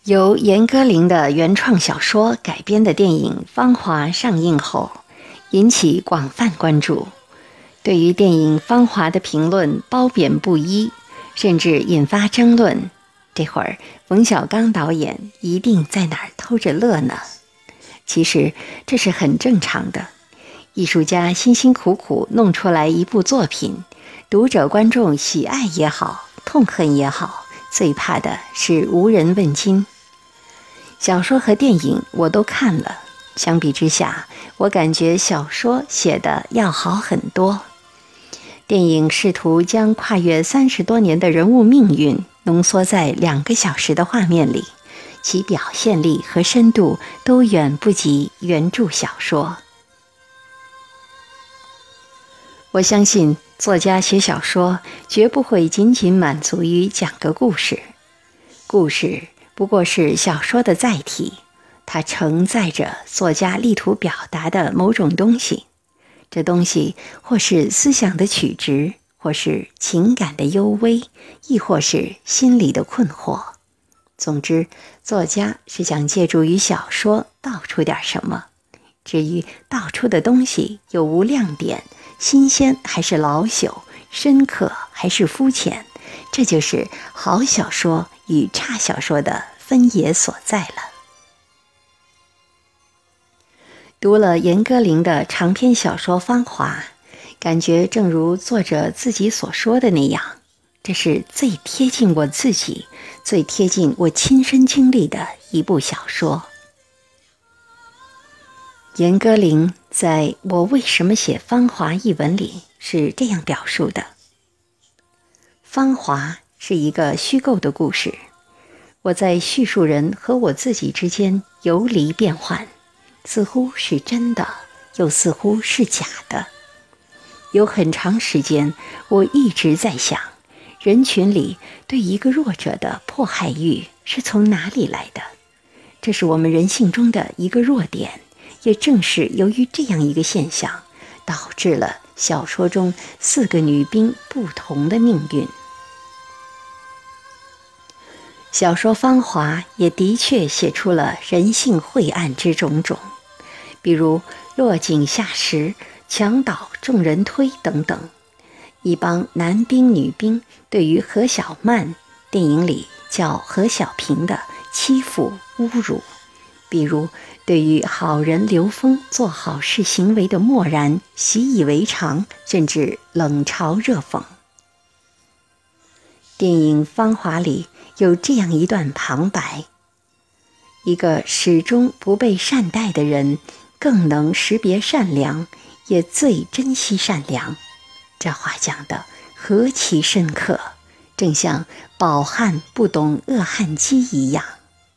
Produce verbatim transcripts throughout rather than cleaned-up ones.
由严歌苓的原创小说改编的电影《芳华》上映后，引起广泛关注。对于电影《芳华》的评论褒贬不一，甚至引发争论。这会儿，冯小刚导演一定在哪儿偷着乐呢？其实这是很正常的。艺术家辛辛苦苦弄出来一部作品，读者观众喜爱也好，痛恨也好，最怕的是无人问津。小说和电影我都看了，相比之下，我感觉小说写得要好很多。电影试图将跨越三十多年的人物命运浓缩在两个小时的画面里，其表现力和深度都远不及原著小说。我相信作家写小说绝不会仅仅满足于讲个故事，故事不过是小说的载体，它承载着作家力图表达的某种东西。这东西或是思想的曲直，或是情感的幽微，亦或是心理的困惑。总之，作家是想借助于小说道出点什么。至于道出的东西有无亮点，新鲜还是老朽，深刻还是肤浅，这就是好小说与差小说的分野所在了。读了严歌苓的长篇小说《芳华》，感觉正如作者自己所说的那样，这是最贴近我自己、最贴近我亲身经历的一部小说。严歌苓在我为什么写《芳华》一文里是这样表述的：芳华是一个虚构的故事，我在叙述人和我自己之间游离变换，似乎是真的，又似乎是假的。有很长时间，我一直在想，人群里对一个弱者的迫害欲是从哪里来的？这是我们人性中的一个弱点，也正是由于这样一个现象，导致了小说中四个女兵不同的命运。小说《芳华》也的确写出了人性晦暗之种种，比如落井下石、墙倒众人推等等，一帮男兵女兵对于何小曼，电影里叫何小平的欺负侮辱，比如对于好人刘峰做好事行为的漠然习以为常，甚至冷嘲热讽。电影《芳华》里有这样一段旁白：一个始终不被善待的人，更能识别善良，也最珍惜善良。这话讲得何其深刻，正像饱汉不懂饿汉饥一样。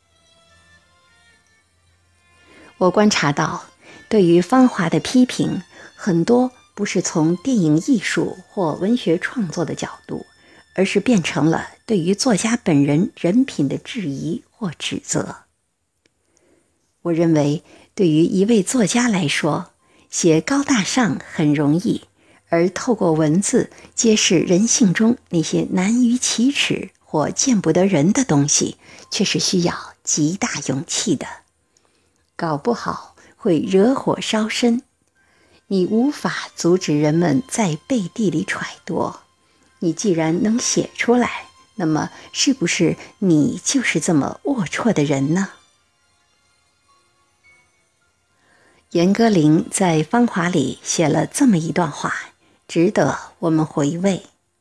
我观察到，对于《芳华》的批评，很多不是从电影艺术或文学创作的角度，而是变成了对于作家本人人品的质疑或指责。我认为，对于一位作家来说，写高大上很容易，而透过文字揭示人性中那些难于启齿或见不得人的东西，却是需要极大勇气的。搞不好会惹火烧身，你无法阻止人们在背地里揣度。你既然能写出来，那么是不是你就是这么龌龊的人呢？严歌苓在《芳华》里写了这么一段话，值得我们回味。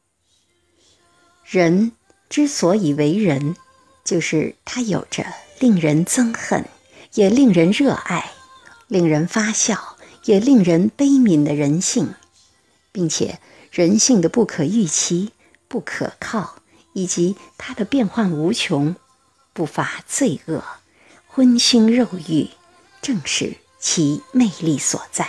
人之所以为人，就是他有着令人憎恨，也令人热爱，令人发笑，也令人悲悯的人性，并且人性的不可预期、不可靠，以及它的变幻无穷，不乏罪恶，荤腥肉欲，正是其魅力所在。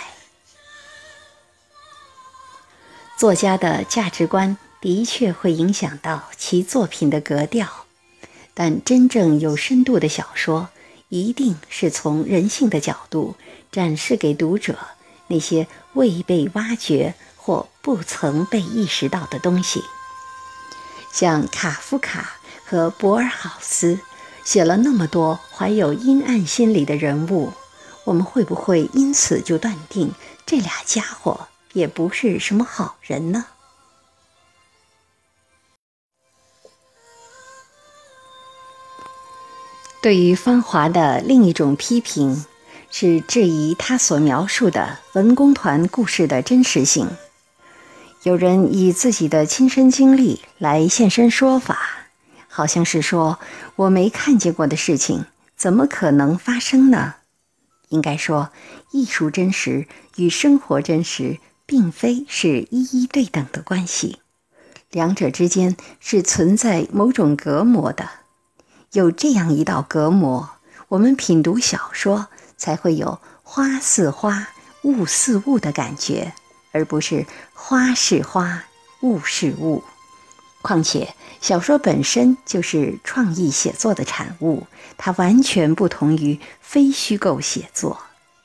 作家的价值观的确会影响到其作品的格调，但真正有深度的小说，一定是从人性的角度展示给读者那些未被挖掘或不曾被意识到的东西。像卡夫卡和博尔豪斯写了那么多怀有阴暗心理的人物，我们会不会因此就断定这俩家伙也不是什么好人呢？对于芳华的另一种批评，是质疑他所描述的文工团故事的真实性。有人以自己的亲身经历来现身说法，好像是说我没看见过的事情怎么可能发生呢？应该说，艺术真实与生活真实并非是一一对等的关系，两者之间是存在某种隔膜的。有这样一道隔膜，我们品读小说才会有花似花，雾似雾的感觉，而不是花是花，雾是雾。况且小说本身就是创意写作的产物，它完全不同于非虚构写作。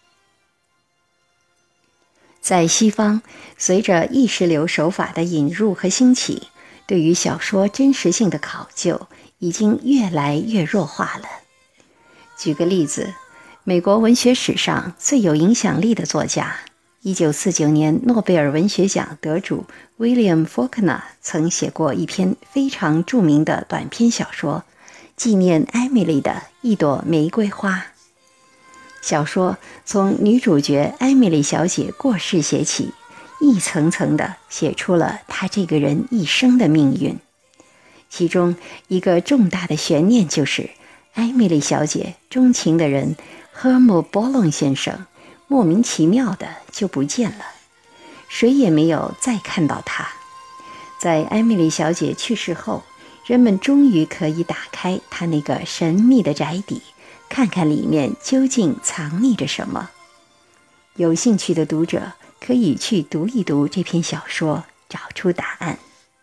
在西方，随着意识流手法的引入和兴起，对于小说真实性的考究已经越来越弱化了。举个例子，美国文学史上最有影响力的作家，一九四九年诺贝尔文学奖得主 William Faulkner 曾写过一篇非常著名的短篇小说，纪念艾米丽的一朵玫瑰花。小说从女主角艾米丽小姐过世写起，一层层地写出了她这个人一生的命运。其中一个重大的悬念就是，艾米丽小姐钟情的人赫姆波隆先生莫名其妙的就不见了，谁也没有再看到他。在艾米丽小姐去世后，人们终于可以打开她那个神秘的宅邸，看看里面究竟藏匿着什么。有兴趣的读者可以去读一读这篇小说，找出答案。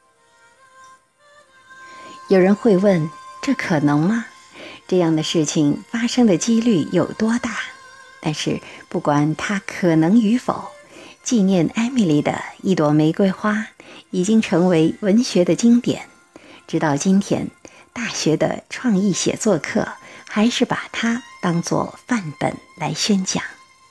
有人会问，这可能吗？这样的事情发生的几率有多大？但是不管它可能与否，纪念艾米丽的一朵玫瑰花已经成为文学的经典。直到今天，大学的创意写作课还是把它当作范本来宣讲。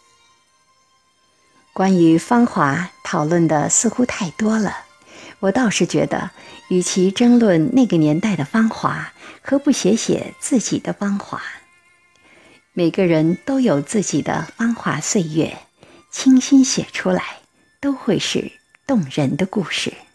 关于芳华讨论的似乎太多了，我倒是觉得，与其争论那个年代的芳华，何不写写自己的芳华？每个人都有自己的芳华岁月，清新写出来，都会是动人的故事。